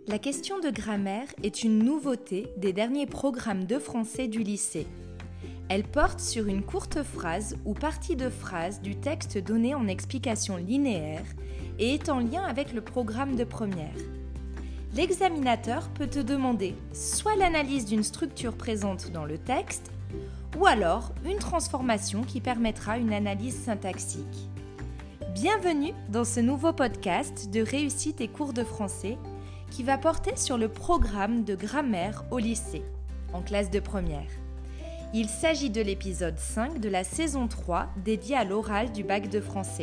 La question de grammaire est une nouveauté des derniers programmes de français du lycée. Elle porte sur une courte phrase ou partie de phrase du texte donné en explication linéaire et est en lien avec le programme de première. L'examinateur peut te demander soit l'analyse d'une structure présente dans le texte, ou alors une transformation qui permettra une analyse syntaxique. Bienvenue dans ce nouveau podcast de réussite et cours de français qui va porter sur le programme de grammaire au lycée, en classe de première. Il s'agit de l'épisode 5 de la saison 3 dédié à l'oral du bac de français.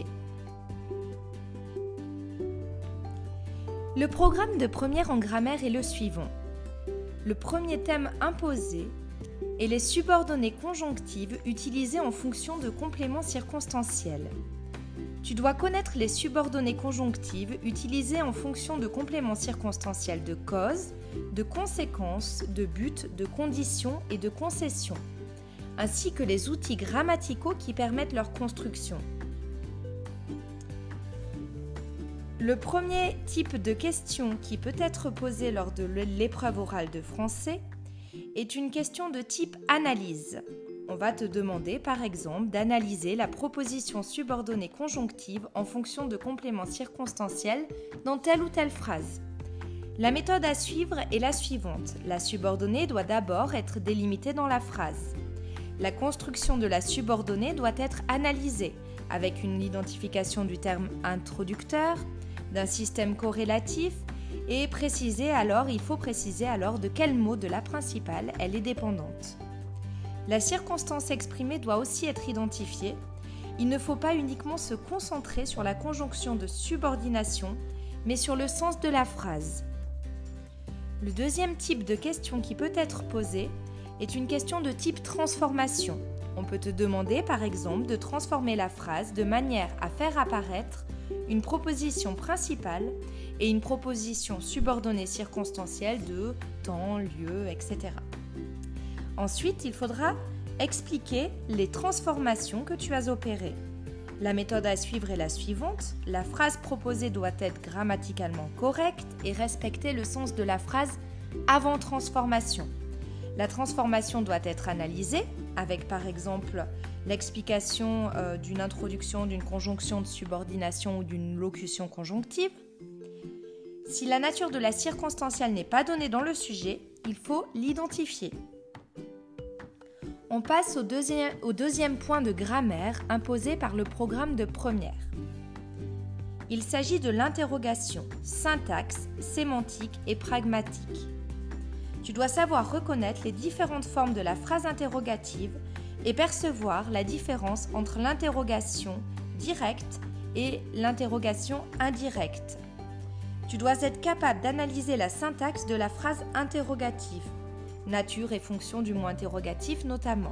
Le programme de première en grammaire est le suivant. Le premier thème imposé est les subordonnées conjonctives utilisées en fonction de compléments circonstanciels. Tu dois connaître les subordonnées conjonctives utilisées en fonction de compléments circonstanciels de cause, de conséquence, de but, de condition et de concession, ainsi que les outils grammaticaux qui permettent leur construction. Le premier type de question qui peut être posé lors de l'épreuve orale de français est une question de type analyse. On va te demander, par exemple, d'analyser la proposition subordonnée conjonctive en fonction de compléments circonstanciels dans telle ou telle phrase. La méthode à suivre est la suivante. La subordonnée doit d'abord être délimitée dans la phrase. La construction de la subordonnée doit être analysée avec une identification du terme introducteur, d'un système corrélatif et il faut préciser alors de quel mot de la principale elle est dépendante. La circonstance exprimée doit aussi être identifiée. Il ne faut pas uniquement se concentrer sur la conjonction de subordination, mais sur le sens de la phrase. Le deuxième type de question qui peut être posée est une question de type transformation. On peut te demander par exemple de transformer la phrase de manière à faire apparaître une proposition principale et une proposition subordonnée circonstancielle de temps, lieu, etc. Ensuite, il faudra expliquer les transformations que tu as opérées. La méthode à suivre est la suivante. La phrase proposée doit être grammaticalement correcte et respecter le sens de la phrase avant transformation. La transformation doit être analysée avec par exemple l'explication d'une introduction, d'une conjonction de subordination ou d'une locution conjonctive. Si la nature de la circonstancielle n'est pas donnée dans le sujet, il faut l'identifier. On passe au deuxième point de grammaire imposé par le programme de première. Il s'agit de l'interrogation, syntaxe, sémantique et pragmatique. Tu dois savoir reconnaître les différentes formes de la phrase interrogative et percevoir la différence entre l'interrogation directe et l'interrogation indirecte. Tu dois être capable d'analyser la syntaxe de la phrase interrogative, nature et fonction du mot interrogatif notamment.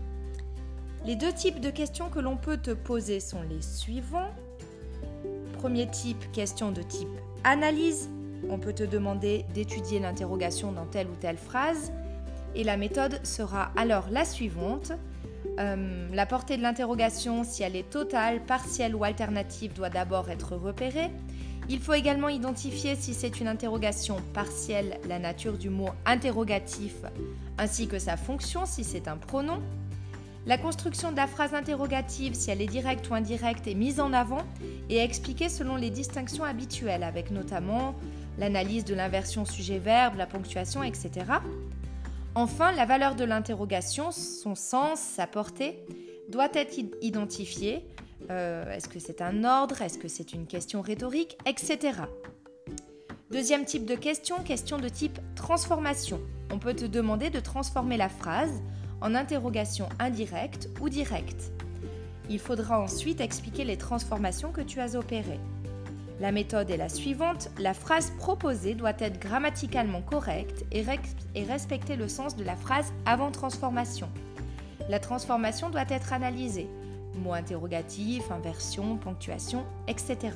Les deux types de questions que l'on peut te poser sont les suivants. Premier type, question de type analyse. On peut te demander d'étudier l'interrogation dans telle ou telle phrase et la méthode sera alors la suivante. La portée de l'interrogation, si elle est totale, partielle ou alternative, doit d'abord être repérée. Il faut également identifier si c'est une interrogation partielle, la nature du mot interrogatif, ainsi que sa fonction, si c'est un pronom. La construction de la phrase interrogative, si elle est directe ou indirecte, est mise en avant et expliquée selon les distinctions habituelles, avec notamment l'analyse de l'inversion sujet-verbe, la ponctuation, etc. Enfin, la valeur de l'interrogation, son sens, sa portée, doit être identifiée. Est-ce que c'est un ordre? Est-ce que c'est une question rhétorique? Etc. Deuxième type de question de type transformation. On peut te demander de transformer la phrase en interrogation indirecte ou directe. Il faudra ensuite expliquer les transformations que tu as opérées. La méthode est la suivante. La phrase proposée doit être grammaticalement correcte et respecter le sens de la phrase avant transformation. La transformation doit être analysée. Mots interrogatifs, inversion, ponctuation, etc.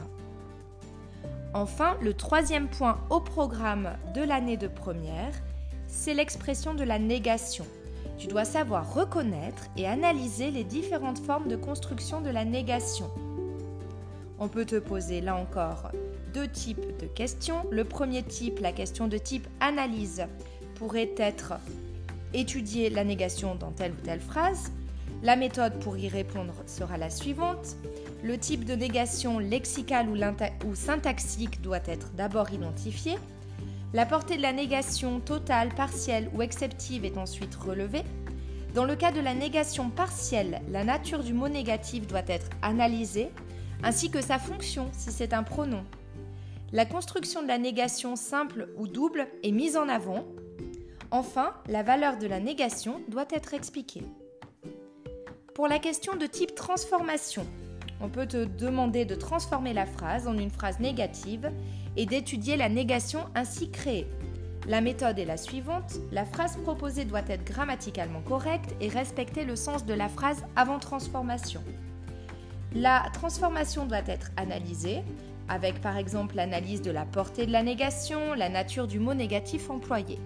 Enfin, le troisième point au programme de l'année de première, c'est l'expression de la négation. Tu dois savoir reconnaître et analyser les différentes formes de construction de la négation. On peut te poser là encore deux types de questions. Le premier type, la question de type analyse, pourrait être étudier la négation dans telle ou telle phrase. La méthode pour y répondre sera la suivante. Le type de négation lexicale ou syntaxique doit être d'abord identifié. La portée de la négation totale, partielle ou exceptive est ensuite relevée. Dans le cas de la négation partielle, la nature du mot négatif doit être analysée, ainsi que sa fonction si c'est un pronom. La construction de la négation simple ou double est mise en avant. Enfin, la valeur de la négation doit être expliquée. Pour la question de type transformation, on peut te demander de transformer la phrase en une phrase négative et d'étudier la négation ainsi créée. La méthode est la suivante. La phrase proposée doit être grammaticalement correcte et respecter le sens de la phrase avant transformation. La transformation doit être analysée, avec par exemple l'analyse de la portée de la négation, la nature du mot négatif employé.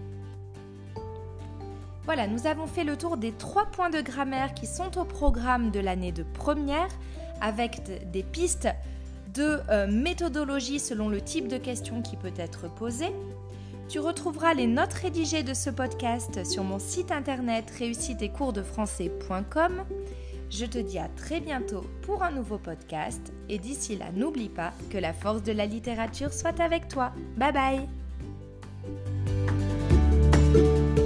Voilà, nous avons fait le tour des 3 points de grammaire qui sont au programme de l'année de première, avec des pistes de méthodologie selon le type de question qui peut être posée. Tu retrouveras les notes rédigées de ce podcast sur mon site internet réussiteetcoursdefrançais.com. Je te dis à très bientôt pour un nouveau podcast et d'ici là, n'oublie pas que la force de la littérature soit avec toi. Bye bye!